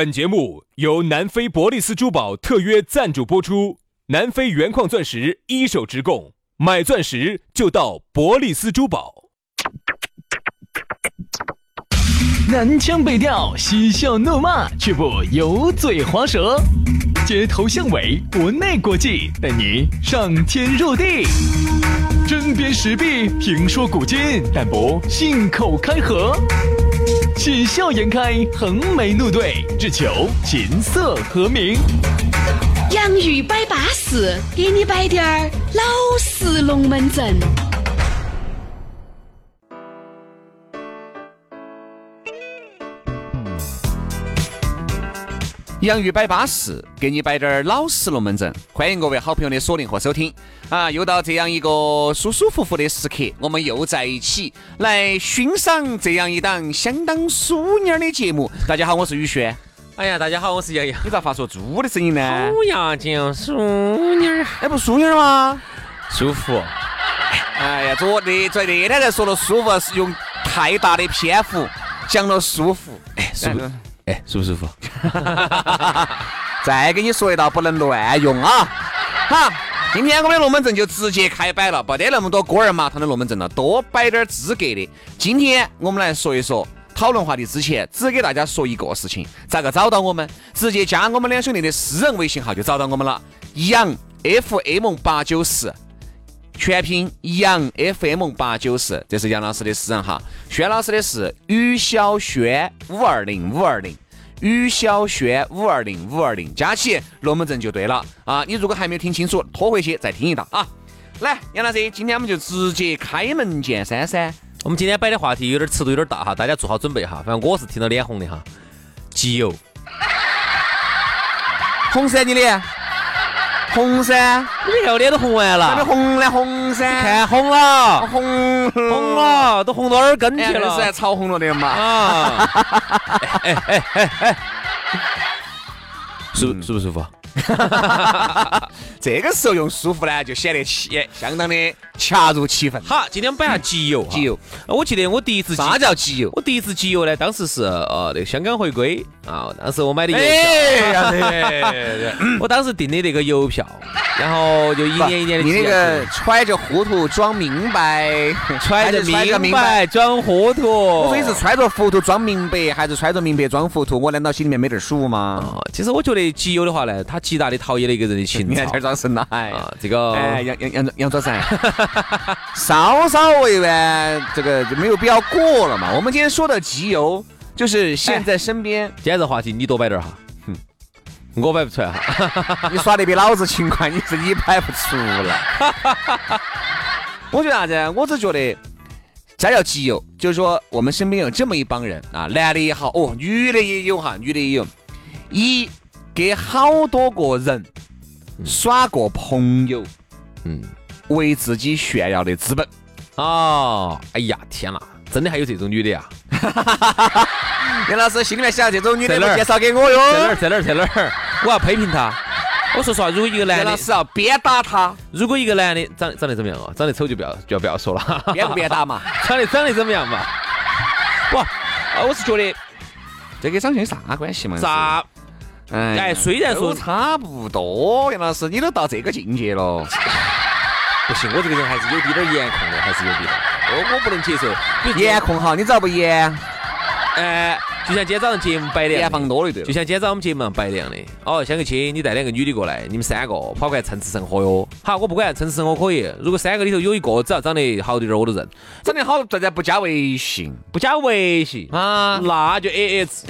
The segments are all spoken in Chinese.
本节目由南非伯利斯珠宝特约赞助播出，南非原矿钻石一手直供，买钻石就到伯利斯珠宝。 南腔北调，嬉笑怒骂，却不油嘴滑舌，街头巷尾，国内国际，带你上天入地。针砭时弊，评说古今，但不信口开河。喜笑颜开，横眉怒对，只求琴瑟和鸣。 洋芋摆巴士，给你摆点儿老式龙门阵。 洋芋摆巴士，给你摆点老实龙门阵。欢迎各位好朋友的锁定和收听啊！又到这样一个舒舒服服的时刻，我们又在一起来欣赏这样一档相当淑女的节目。大家好，我是宇轩。 哎呀，大家好，我是杨洋。 你咋发出猪的声音呢？ 好呀，讲淑女儿， 哎，不淑女儿吗？ 舒服。 哎呀，昨天才说了舒服，是用太大的篇幅讲了舒服。 哎，舒服。哎，舒不舒服？ 再给你说一道，不能乱用啊！好，今天我们的龙门阵就直接开摆了，不得那么多锅儿麻汤的龙门阵了，多摆点资格的。今天我们来说一说讨论话题之前，只给大家说一个事情：咋个找到我们？直接加我们两兄弟的私人微信号就找到我们了，杨 FM894。全拼杨 FM894，这是杨老师的私人号，轩老师的是于小轩520520，于小轩520520，加起龙门阵就对了啊！你如果还没有听清楚，拖回去再听一道啊！来，杨老师，今天我们就直接开门见山噻。 我们今天摆的话题有点尺度有点大哈，大家做好准备哈，反正我是听到脸红的哈。机油， 红噻你的。红噻， 你看我脸都红完了， 怎么红了？红噻， 看红了， 红了，都红到耳根去了， 是潮红了的嘛？ 啊，舒不舒服？ 这个时候用舒服呢，就显得相当的恰如其分。 好，今天我们摆下机油。 机油， 我记得我第一次啥叫机油？ 我第一次机油呢，当时是那个香港回归啊，当时我买的邮票，我当时订的那个邮票，然后就一年一年的。 你那个揣着糊涂装明白， 揣着明白装糊涂。 我说你是揣着糊涂装明白，还是揣着明白装糊涂？我难道心里面没点数吗？ 其实我觉得机油的话呢，它极大的陶冶了一个人的情操。 你看这装神了，哎， 这个杨卓噻，稍稍微微这个就没有必要过了嘛。我们今天说的机油，就是现在身边， 今天这话题你多摆点哈，我摆不出来哈。你耍得比老子勤快，你摆不出来。我觉得啥子？我只觉得再要机油，就是说我们身边有这么一帮人啊，男的也好，女的也有哈，女的也有，给好多个人耍过朋友，为自己炫耀的资本。 哎呀，天哪，真的还有这种女的呀？ 杨老师心里面想，这种女的不介绍给我哟。 在哪儿？我要批评她。我说实话，如果一个男的， 杨老师要鞭打他。 如果一个男的长得怎么样啊？长得丑就不要说了， 鞭不鞭打嘛？ 长得怎么样嘛？我是觉得这跟长相有啥关系嘛？ 啥？哎，虽然说差不多，杨老师，你都到这个境界了。 不行，我这个人还是有点颜控的，还是有点。我不能接受颜控好，你知道不颜？ 就像今天早上节目摆的， 盐放多了对。 就像今天早上我们节目上摆的样的。香个亲，你带两个女的过来，你们三个跑过来蹭吃蹭喝哟。好，我不管蹭吃蹭喝可以。如果三个里头有一个只要长得好点我都认。 长得好，再不加微信， 啊，那就 AA 制。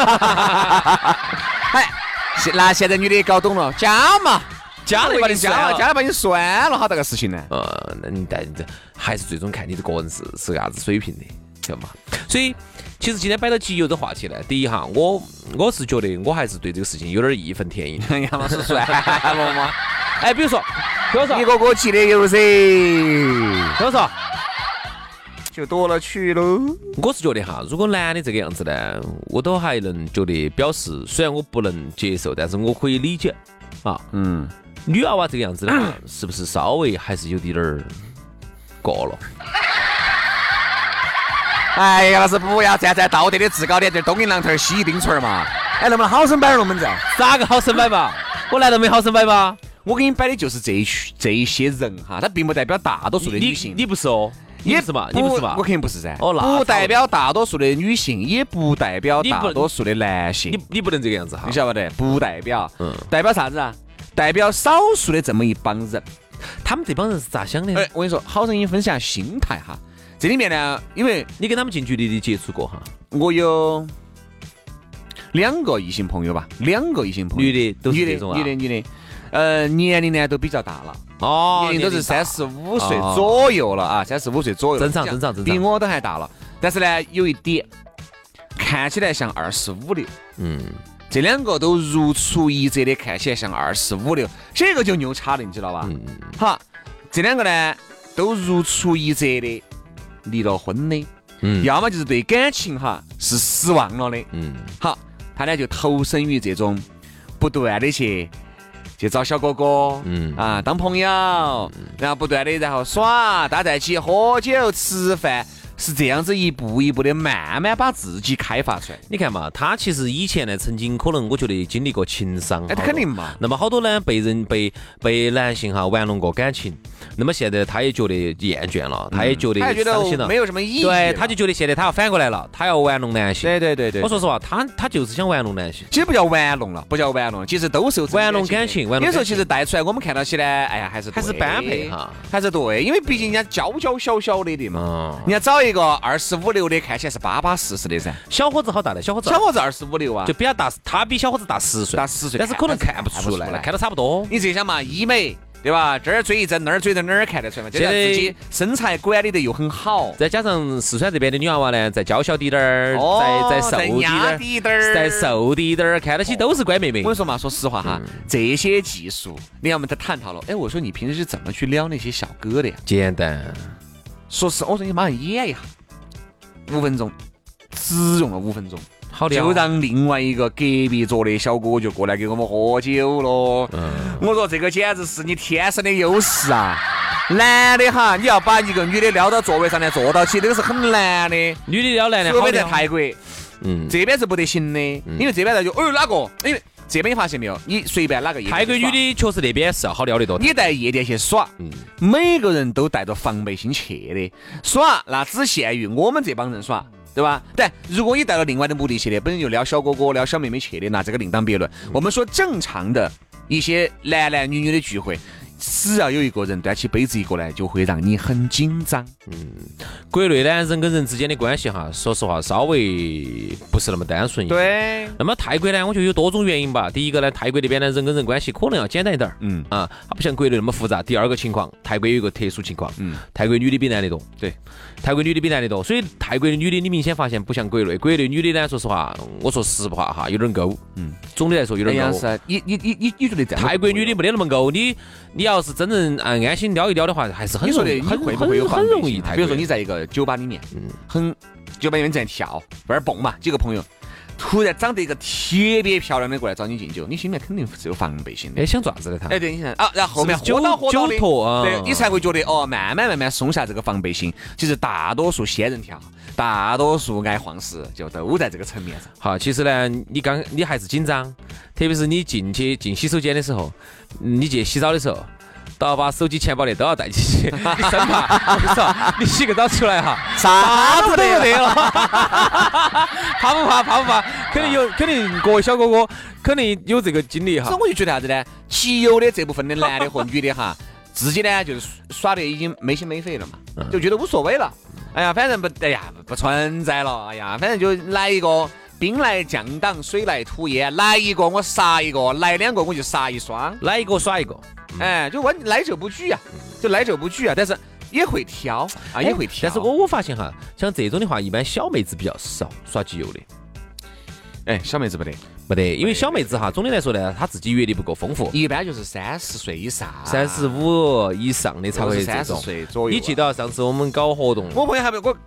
那现在女的搞懂了，加嘛， 加了把你加了把你酸了，好大个事情呢。 那你这还是最终看你的个人是个啥子水平的，晓得吗？所以其实今天摆到机油的话题呢，第一哈，我是觉得我还是对这个事情有点义愤填膺。 杨老师酸了吗？ 哎，比如说， 一个个记得有噻。 比如说， 就多了去喽。 我是觉得哈，如果男的这个样子呢，我都还能觉得表示，虽然我不能接受，但是我可以理解啊。女娃娃这个样子的话，是不是稍微还是有点过了？ 哎呀，老师不要站在道德的制高点，这东一榔头西一钉锤嘛。 哎，能不能好生摆点龙门阵？ 咋个好生摆吧？我难道没好生摆吗？ 我给你摆的就是这一些人哈，他并不代表大多数的女性。 你不是哦？你不是嘛？你不是嘛？ 我肯定不是噻。 哦，那不代表大多数的女性，也不代表大多数的男性。 你不能这个样子哈。 你晓不得？不代表。代表啥子啊？代表少数的这么一帮人。 他们这帮人是咋想的？ 哎，我跟你说，好声音分享心态哈。这里面呢，因为你跟他们近距离的接触过哈。 我有2个异性朋友吧，2个异性朋友， 女的都是这种啊。 女的。年龄呢都比较大了，年龄都是35岁左右了啊，35岁左右， 正常， 比我都还大了。但是呢，有一点看起来像25、26，这2个都如出一辙的，看起来像25、26，这个就牛叉了，你知道吧？好，这2个呢都如出一辙的离了婚的，要么就是对感情哈是失望了的，好，他呢就投身于这种不断的去找小哥哥，当朋友，然后不断的然后耍，大家在一起喝酒吃饭，是这样子一步一步的慢慢把自己开发出来。 你看嘛，他其实以前呢曾经可能我觉得经历过情伤， 那肯定嘛。 那么好多呢被男性哈玩弄过感情，那么现在他也觉得厌倦了，他也觉得伤心了， 没有什么意义。 对，他就觉得现在他要反过来了，他要玩弄男性。 对。 我说实话，他就是想玩弄男性。 其实不叫玩弄了，不叫玩弄，其实都是玩弄感情。 有时候其实带出来，我们看到起来，哎呀，还是般配哈， 还是对，因为毕竟人家娇小的嘛，人家找一个25、26的，看起来是巴巴适适的噻。 小伙子好大的，小伙子 25、26啊， 就比他大，他比小伙子大10岁，但是可能看不出来，看到差不多。 你这想嘛，医美对吧？这儿追一针，那儿追针，哪儿看得出来嘛？现在自己身材管理的又很好， 再加上四川这边的女娃娃呢，再娇小滴点儿，再瘦滴点儿，再瘦滴点儿，看得起都是乖妹妹。 我跟你说嘛，说实话哈，这些技术，你看我们在探讨了。哎，我说你平时是怎么去撩那些小哥的呀？ 简单， 说实话，我说你马上演一下，5分钟，只用了5分钟。就让另外一个隔壁桌的小哥就过来给我们喝酒了。我说这个简直是你天生的优势啊！男的哈，你要把一个女的撩到座位上来坐到起，这个是很难的。 女的撩男的， 除非在泰国，这边是不得行的，因为这边就哪个？因为这边你发现没有，你随便哪个泰国女的确实那边是要好撩得多。 你在夜店去耍，每个人都带着防备心去的耍，那只限于我们这帮人耍。对吧？但如果你带了另外的目的去的，本身就撩小哥哥、撩小妹妹去的，那这个另当别论。我们说正常的一些男男女女的聚会，只要有一个人端起杯子一过来，就会让你很紧张。 国内呢，人跟人之间的关系哈，说实话稍微不是那么单纯一些。 对。 那么泰国呢，我觉得有多种原因吧。第一个呢，泰国那边呢，人跟人关系可能要简单一点。它不像国内那么复杂。第二个情况，泰国有一个特殊情况，泰国女的比男的多。 对。 泰国女的比男的多，所以泰国的女的你明显发现不像国内，国内女的呢，说实话，我说实话哈，有点勾。总的来说有点勾。 是你觉得这样？ 泰国女的没得那么勾，你要是真正安心撩一撩的话，还是很容易，很容易。 比如说你在一个酒吧里面，酒吧里面在跳，玩儿蹦嘛，几个朋友。突然长得一个特别漂亮的过来找你敬酒，你心里面肯定是有防备心的。 哎，想爪子的他。 哎，对，你看啊，然后后面喝到的，对，你才会觉得慢慢松下这个防备心。其实大多数仙人跳，大多数爱晃事，就都在这个层面上。 好，其实呢，你还是紧张，特别是你进洗手间的时候，你去洗澡的时候。都要把手机、钱包的都要带进去，你生怕，我说你洗个澡出来哈，啥子都没得了，怕不怕？肯定各位小哥哥肯定有这个经历哈。 所以我就觉得啥子呢？其有的这部分的男的和女的哈，自己呢就是耍的已经没心没肺了嘛，就觉得无所谓了。哎呀，反正不存在了。哎呀，反正就来一个兵来将挡，水来土掩，来一个我杀一个，来2个我就杀一双， 来一个耍一个。 哎，就来者不拒啊，但是也会挑啊，也会挑。 但是我发现哈，像这种的话，一般小妹子比较少耍基友的。 哎，小妹子不得，因为小妹子哈，总的来说呢，她自己阅历不够丰富， 一般就是30岁以上、 35以上的才会这种。 30岁左右。 你记得上次我们搞活动， 我朋友还没我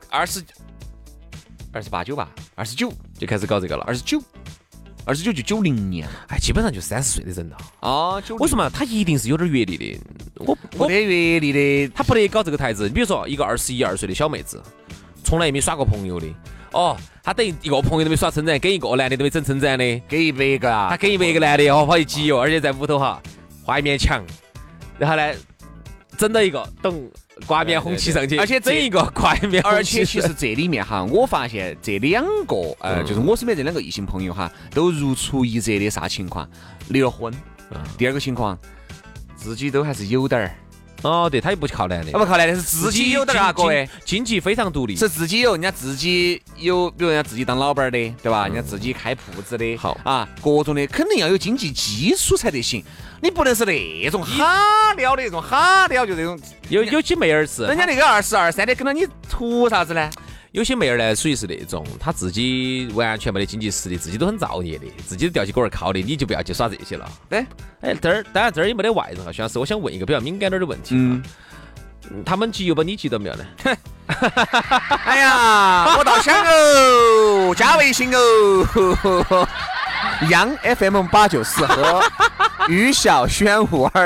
28、9吧，29 就开始搞这个了 ，29就90年， 哎，基本上就30岁的人了。 啊， 为什么他一定是有点阅历的？ 我没得阅历的， 他不得搞这个台子。你比如说一个21、22岁的小妹子，从来也没耍过朋友的， 哦，他等于一个朋友都没耍称赞，跟一个男的都没整称赞的， 给100个啊， 他跟100个男的跑去集邮，而且在屋头哈画一面墙，然后呢整到一个懂挂面红旗上去， 而且整一个挂一面红旗， 而且其实这里面哈，我发现这2个就是我身边这2个异性朋友哈，都如出一辙的啥情况？离了婚。第2个情况，自己都还是有点儿。 哦，对，他也不靠男的， 不靠男的，是自己有点儿啊，各位， 经济非常独立， 是自己有，人家自己有，比如人家自己当老板的，对吧？人家自己开铺子的， 好啊，各种的，肯定要有经济基础才得行。你不能是那种哈撩的那种哈撩，就那种有些妹儿是， 人家那个22、23的跟到你图啥子呢？ 有些妹儿呢，属于是那种她自己完全没得经济实力，自己都很造孽的，自己都吊起锅儿靠的，你就不要去耍这些了。 对， 当然这儿也没得外人哈，徐老师，我想问一个比较敏感点的问题。他们集邮把你集到没有呢？ 哎呀，我倒想哦，加微信哦，央 FM894和于小轩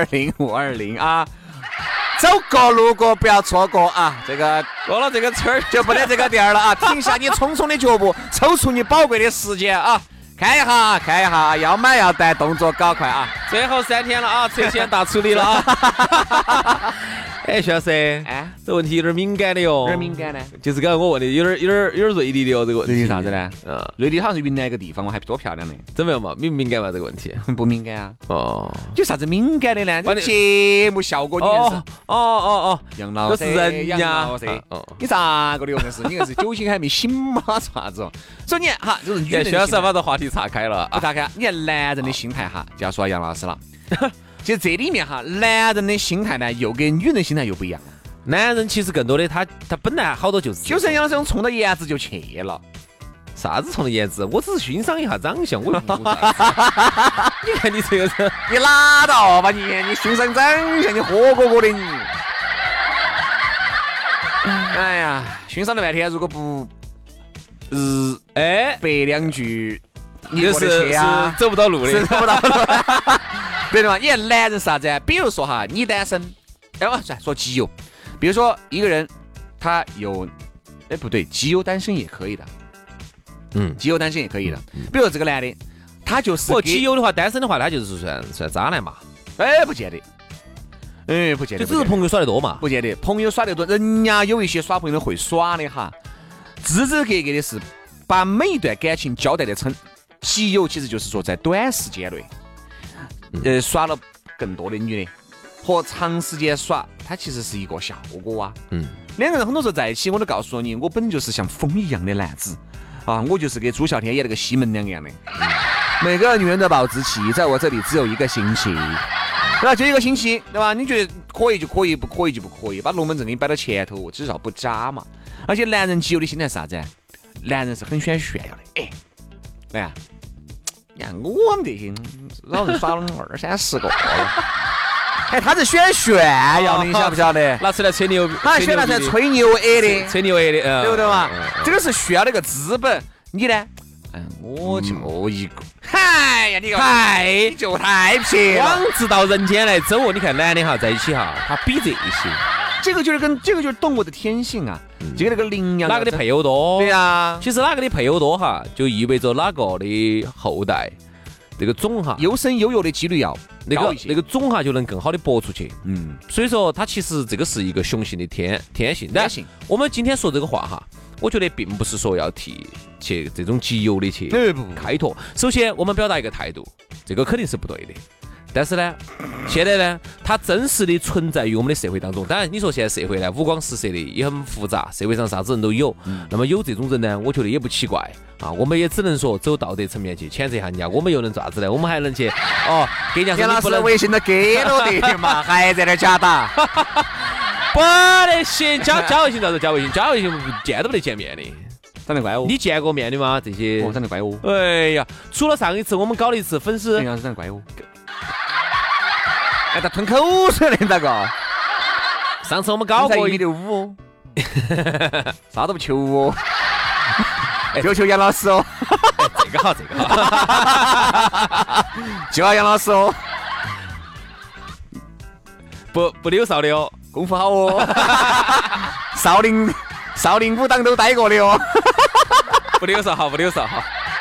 520啊。走过路过不要错过啊！这个过了这个村儿就不得这个店了啊！停下你匆匆的脚步，抽出你宝贵的时间啊！看一下，要买要带，动作搞快啊！ 最后3天了啊，车险大处理了啊！哎，徐老师，哎，这问题有点敏感的哟。 有点敏感呢， 就是刚刚我问的，有点锐利的哦，这个问题。 锐利啥子呢？锐利好像是云南一个地方，我还多漂亮的。 怎么样嘛？敏不敏感嘛？这个问题？ 不敏感啊。 哦。 有啥子敏感的呢？这节目效果你硬是。 哦。 杨老师， 都是人呀。 你咋个的？你硬是酒醒还没醒嘛？啥子？所以你哈，就是女人。 徐老师把这话题岔开了。 不岔开。你看男人的心态哈，就要说杨老师了。其实这里面哈，男人的心态呢，又跟女人心态又不一样。 男人其实更多的他本来好多就是杨老师冲到颜值就去了。 啥子冲到颜值？我只是欣赏一下长相，我又不你看你这个人， 你拉倒吧你欣赏长相，你活过的你。哎呀，欣赏了半天，如果不白2句，你就是走不到路的， 是走不到路。对的嘛？你看男人啥子？比如说哈，你单身，说基友，比如说一个人他有，不对，基友单身也可以的，基友单身也可以的。比如这个男的，他就是基友的话，单身的话，他就是算渣男嘛？ 不见得，不见得， 就只是朋友耍得多嘛？ 不见得，朋友耍得多，人家有一些耍朋友会耍的哈，支支格格的是把每一段感情交代的成基友，其实就是说在短时间内。耍了更多的女的，和长时间耍，它其实是一个效果啊。2个人很多时候在一起，我都告诉你，我本就是像风一样的男子啊，我就是给朱孝天演那个西门娘一样的。每个女人的保质期在我这里只有1个星期，对吧？就1个星期，对吧？你觉得可以就可以，不可以就不可以，把龙门阵给你摆到前头，至少不渣嘛。而且男人基友的心态是啥子？男人是很喜欢炫耀的。哎呀。你看我们这些老人耍了20-30个了，他是喜欢炫耀的，你晓不晓得？ 拿出来吹牛， 他喜欢拿出来吹牛的， 吹牛的， 对不对嘛？这个是需要那个资本，你呢？我就一个，哎呀，你就太撇了， 光知道人间来走。你看男的哈在一起哈，他比这些。 这个就是动物的天性啊，就跟那个羚羊， 哪个的配偶多？ 对呀， 其实哪个的配偶多哈，就意味着哪个的后代这个种哈优生优幼的几率要高一些， 那个种哈就能更好的播出去。所以说它其实这个是一个雄性的天性。但我们今天说这个话哈，我觉得并不是说要去这种基友的去开拓。首先我们表达一个态度，这个肯定是不对的。但是呢，现在呢，它真实的存在于我们的社会当中。当然，你说现在社会呢，五光十色的，也很复杂，社会上啥子人都有。那么有这种人呢，我觉得也不奇怪啊。我们也只能说走道德层面去谴责一下人家。我们又能咋子呢？我们还能去给人家说你不能微信都给了的嘛，还在那假打， 不得行。加微信咋子？加微信见都不得见面的。 长得怪我， 你见过面的吗？这些长得怪我。 哎呀，除了上一次我们搞了一次粉丝， 长得怪我。他吞口水的那个， 上次我们搞过 1.5米，啥都不求哦，就求杨老师哦， 这个好， 就要杨老师哦， 不溜少的哦， 功夫好哦，少林武当都待过的哦， 不留少好，不留少好，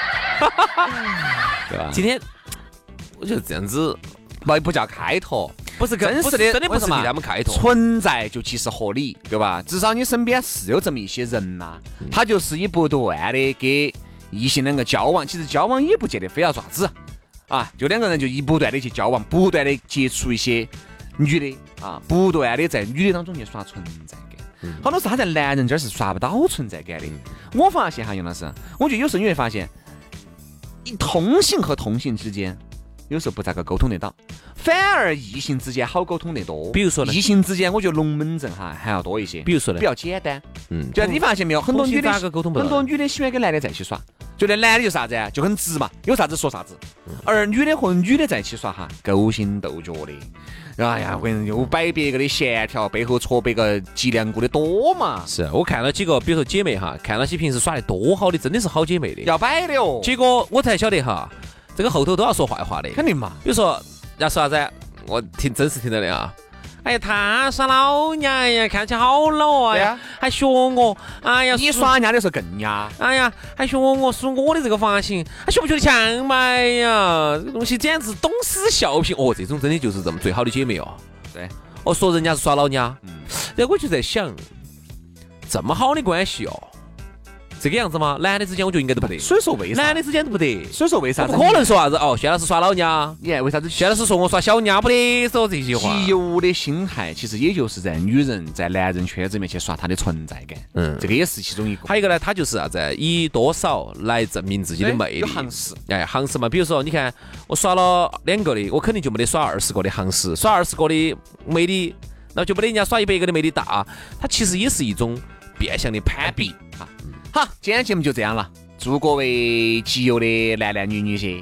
对吧？今天我觉得这样子不叫开拓， 不是真实的， 真的不是给他们开拓， 存在就其实合理，对吧？至少你身边是有这么一些人呐，他就是以不断的给异性两个交往，其实交往也不见得非要啥子啊，就两个人就不断的去交往，不断的接触一些女的啊，不断的在女的当中去耍存在感。好多时候他在男人这儿是耍不到存在感的。我发现哈，杨老师，我觉得有时候你会发现，同性和同性之间有时候不咋个沟通得到，反而异性之间好沟通得多。 比如说呢， 异性之间我觉得龙门阵哈还要多一些。 比如说呢， 比较简单。就你发现没有，很多女的喜欢跟男的在一起耍，觉得男的就啥子啊，就很直嘛，有啥子说啥子。而女的和女的在一起耍哈，勾心斗角的。哎呀，我跟你又摆别个的闲条，背后戳别个脊梁骨的多嘛。 是我看了几个，比如说姐妹哈，看了些平时耍得多好的，真的是好姐妹的， 要摆的哦。 结果我才晓得哈，这个后头都要说坏话的。 肯定嘛。 比如说要说啥子，我真实听到的啊。哎呀，他耍老娘，哎呀，看起来好老啊呀，还学我，哎呀， 你耍人家的时候更呀， 哎呀，还学我梳我的这个发型，还学不学得像嘛？哎呀，这东西简直懂死笑贫哦，这种真的就是这么最好的姐妹哦。 对， 哦，说人家是耍老娘，然后我就在想，这么好的关系哦。这个样子吗？男的之间我就应该都不得， 所以说为啥？ 男的之间都不得， 所以说为啥？ 不可能说啥子哦，薛老师耍老娘， 你看为啥子？ 薛老师说我耍小娘，不得说这些话。 基友的心态其实也就是在女人在男人圈子里面去耍他的存在感，这个也是其中一个。 还有一个呢，他就是啥子，以多少来证明自己的魅力。 有行势， 哎，行势嘛，比如说你看我耍了2个的，我肯定就没得耍20个的行势，耍20个的魅力，那就没得人家耍100个的魅力大。它其实也是一种变相的攀比啊。好， 今天节目就这样了，祝各位基友的男男女女些，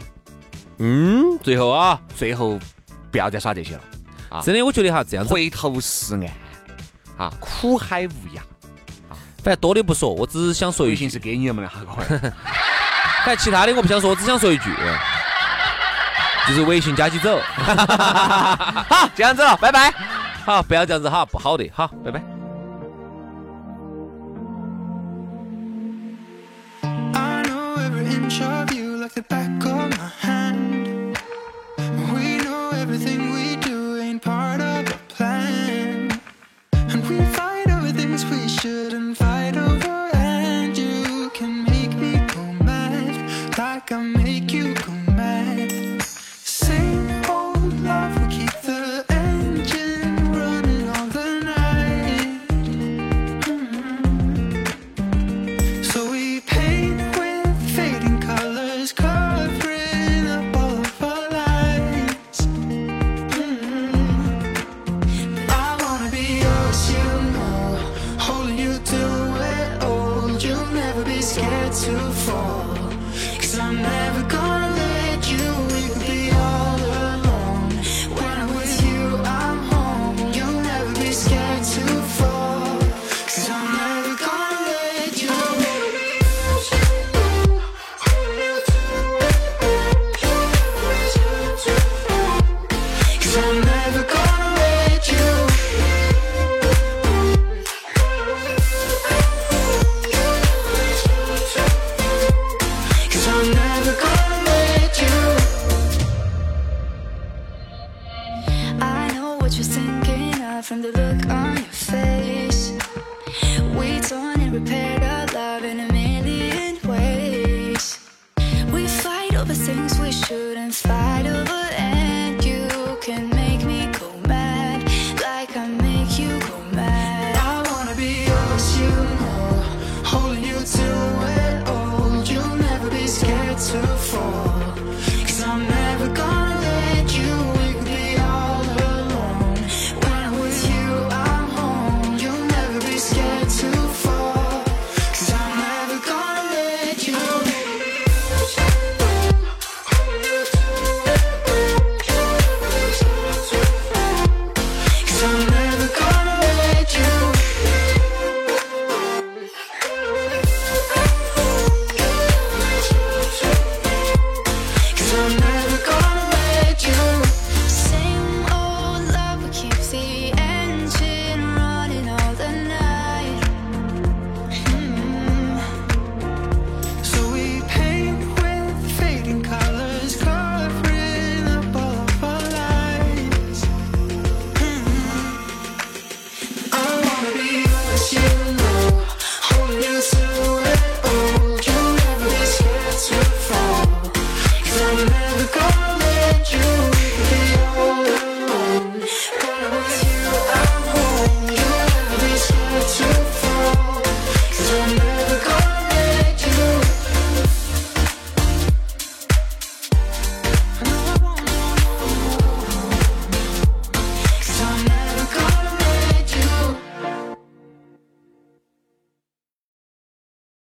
最后不要再耍这些了啊！ 真的，我觉得哈，这样子回头是岸啊，苦海无涯啊。 反正多的不说，我只想说一句， 是给你们的哈，各位。 反正其他的我不想说，我只想说一句，就是微信加起走。 好，这样子了，拜拜。 好，不要这样子哈，不好的，好，拜拜。 Like the back of my hand, we know everything we do ain't part of a plan, and we fight over things we shouldn't fight over, and you can make me go mad like I make you go mad. Same old love will keep the engine running all the night. So we paint with fading colors, covering up all of our lies. I wanna be yours, you know, holding you till we're old. You'll never be scared to fall, 'cause I'm never gonna let you. We could be all alone. When I'm with you, I'm home. You'll never be scared to fall, 'cause I'm never gonna let you. I'm never gonna let you. Cause I'm never gonna let you. I know what you're thinking of from the look on